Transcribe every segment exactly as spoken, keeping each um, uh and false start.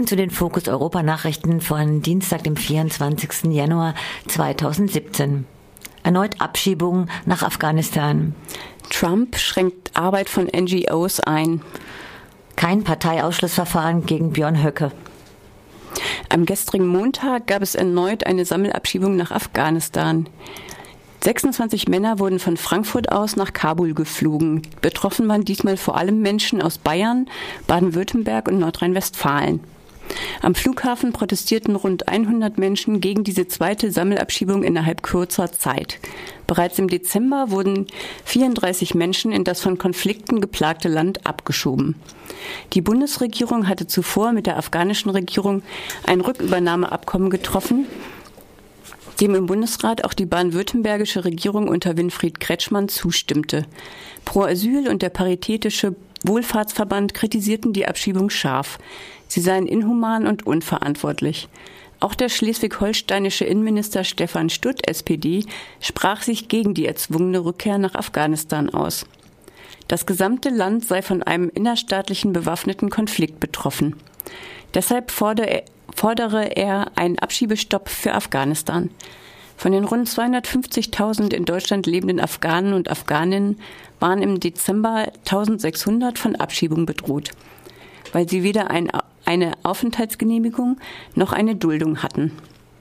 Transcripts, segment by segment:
Zu den Fokus Europa Nachrichten von Dienstag, dem vierundzwanzigsten Januar zweitausendsiebzehn. Erneut Abschiebungen nach Afghanistan. Trump schränkt Arbeit von N G Os ein. Kein Parteiausschlussverfahren gegen Björn Höcke. Am gestrigen Montag gab es erneut eine Sammelabschiebung nach Afghanistan. sechsundzwanzig Männer wurden von Frankfurt aus nach Kabul geflogen. Betroffen waren diesmal vor allem Menschen aus Bayern, Baden-Württemberg und Nordrhein-Westfalen. Am Flughafen protestierten rund hundert Menschen gegen diese zweite Sammelabschiebung innerhalb kurzer Zeit. Bereits im Dezember wurden vierunddreißig Menschen in das von Konflikten geplagte Land abgeschoben. Die Bundesregierung hatte zuvor mit der afghanischen Regierung ein Rückübernahmeabkommen getroffen, dem im Bundesrat auch die baden-württembergische Regierung unter Winfried Kretschmann zustimmte. Pro Asyl und der Paritätische Wohlfahrtsverband kritisierten die Abschiebung scharf. Sie seien inhuman und unverantwortlich. Auch der schleswig-holsteinische Innenminister Stefan Stutt, S P D, sprach sich gegen die erzwungene Rückkehr nach Afghanistan aus. Das gesamte Land sei von einem innerstaatlichen bewaffneten Konflikt betroffen. Deshalb fordere, fordere er einen Abschiebestopp für Afghanistan. Von den rund zweihundertfünfzigtausend in Deutschland lebenden Afghanen und Afghaninnen waren im Dezember eintausendsechshundert von Abschiebung bedroht, weil sie weder ein, eine Aufenthaltsgenehmigung noch eine Duldung hatten.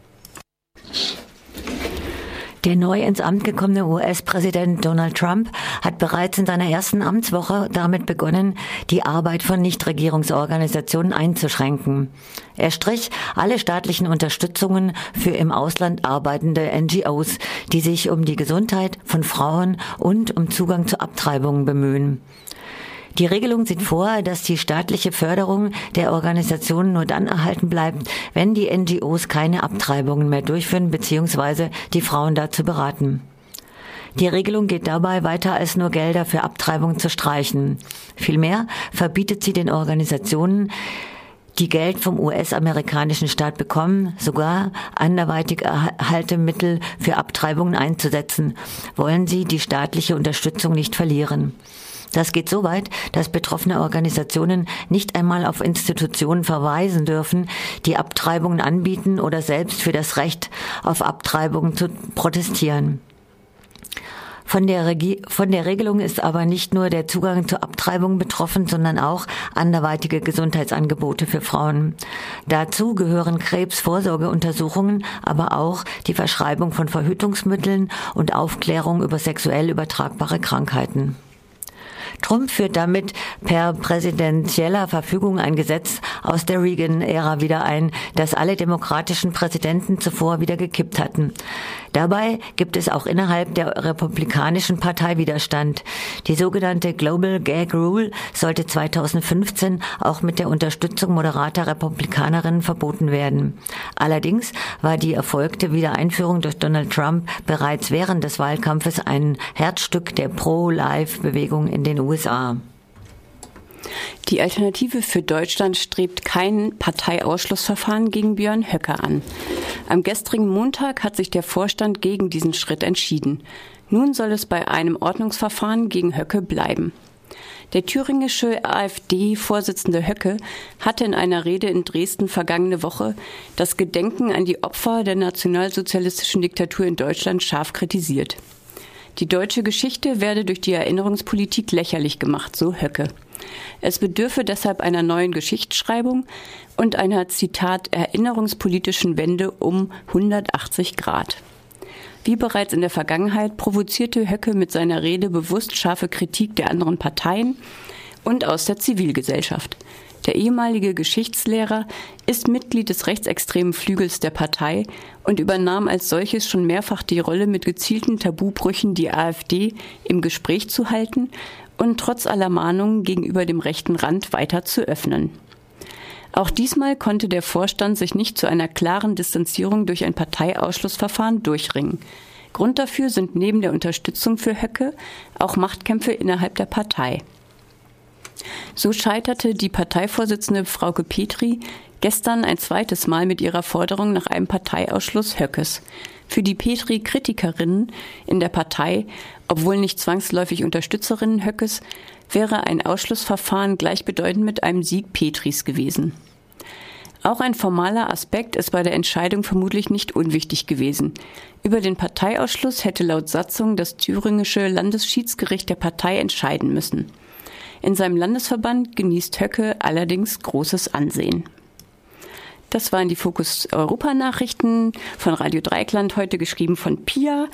Der neu ins Amt gekommene U S-Präsident Donald Trump hat bereits in seiner ersten Amtswoche damit begonnen, die Arbeit von Nichtregierungsorganisationen einzuschränken. Er strich alle staatlichen Unterstützungen für im Ausland arbeitende N G Os, die sich um die Gesundheit von Frauen und um Zugang zu Abtreibungen bemühen. Die Regelung sieht vor, dass die staatliche Förderung der Organisationen nur dann erhalten bleibt, wenn die N G Os keine Abtreibungen mehr durchführen bzw. die Frauen dazu beraten. Die Regelung geht dabei weiter als nur Gelder für Abtreibungen zu streichen. Vielmehr verbietet sie den Organisationen, die Geld vom U S-amerikanischen Staat bekommen, sogar anderweitig Erhaltemittel für Abtreibungen einzusetzen, wollen sie die staatliche Unterstützung nicht verlieren. Das geht so weit, dass betroffene Organisationen nicht einmal auf Institutionen verweisen dürfen, die Abtreibungen anbieten oder selbst für das Recht auf Abtreibungen zu protestieren. Von der, Regi- von der Regelung ist aber nicht nur der Zugang zu Abtreibungen betroffen, sondern auch anderweitige Gesundheitsangebote für Frauen. Dazu gehören Krebsvorsorgeuntersuchungen, aber auch die Verschreibung von Verhütungsmitteln und Aufklärung über sexuell übertragbare Krankheiten. Trump führt damit per präsidentieller Verfügung ein Gesetz aus der Reagan-Ära wieder ein, das alle demokratischen Präsidenten zuvor wieder gekippt hatten. Dabei gibt es auch innerhalb der Republikanischen Partei Widerstand. Die sogenannte Global Gag Rule sollte zweitausendfünfzehn auch mit der Unterstützung moderater Republikanerinnen verboten werden. Allerdings war die erfolgte Wiedereinführung durch Donald Trump bereits während des Wahlkampfes ein Herzstück der Pro-Life-Bewegung in den U S A. Die Alternative für Deutschland strebt kein Parteiausschlussverfahren gegen Björn Höcke an. Am gestrigen Montag hat sich der Vorstand gegen diesen Schritt entschieden. Nun soll es bei einem Ordnungsverfahren gegen Höcke bleiben. Der thüringische AfD-Vorsitzende Höcke hatte in einer Rede in Dresden vergangene Woche das Gedenken an die Opfer der nationalsozialistischen Diktatur in Deutschland scharf kritisiert. Die deutsche Geschichte werde durch die Erinnerungspolitik lächerlich gemacht, so Höcke. Es bedürfe deshalb einer neuen Geschichtsschreibung und einer, Zitat, erinnerungspolitischen Wende um hundertachtzig Grad. Wie bereits in der Vergangenheit provozierte Höcke mit seiner Rede bewusst scharfe Kritik der anderen Parteien und aus der Zivilgesellschaft. Der ehemalige Geschichtslehrer ist Mitglied des rechtsextremen Flügels der Partei und übernahm als solches schon mehrfach die Rolle, mit gezielten Tabubrüchen die AfD im Gespräch zu halten und trotz aller Mahnungen gegenüber dem rechten Rand weiter zu öffnen. Auch diesmal konnte der Vorstand sich nicht zu einer klaren Distanzierung durch ein Parteiausschlussverfahren durchringen. Grund dafür sind neben der Unterstützung für Höcke auch Machtkämpfe innerhalb der Partei. So scheiterte die Parteivorsitzende Frauke Petry gestern ein zweites Mal mit ihrer Forderung nach einem Parteiausschluss Höckes. Für die Petry-Kritikerinnen in der Partei, obwohl nicht zwangsläufig Unterstützerinnen Höckes, wäre ein Ausschlussverfahren gleichbedeutend mit einem Sieg Petrys gewesen. Auch ein formaler Aspekt ist bei der Entscheidung vermutlich nicht unwichtig gewesen. Über den Parteiausschluss hätte laut Satzung das thüringische Landesschiedsgericht der Partei entscheiden müssen. In seinem Landesverband genießt Höcke allerdings großes Ansehen. Das waren die Fokus Europa Nachrichten von Radio Dreieckland, heute geschrieben von Pia.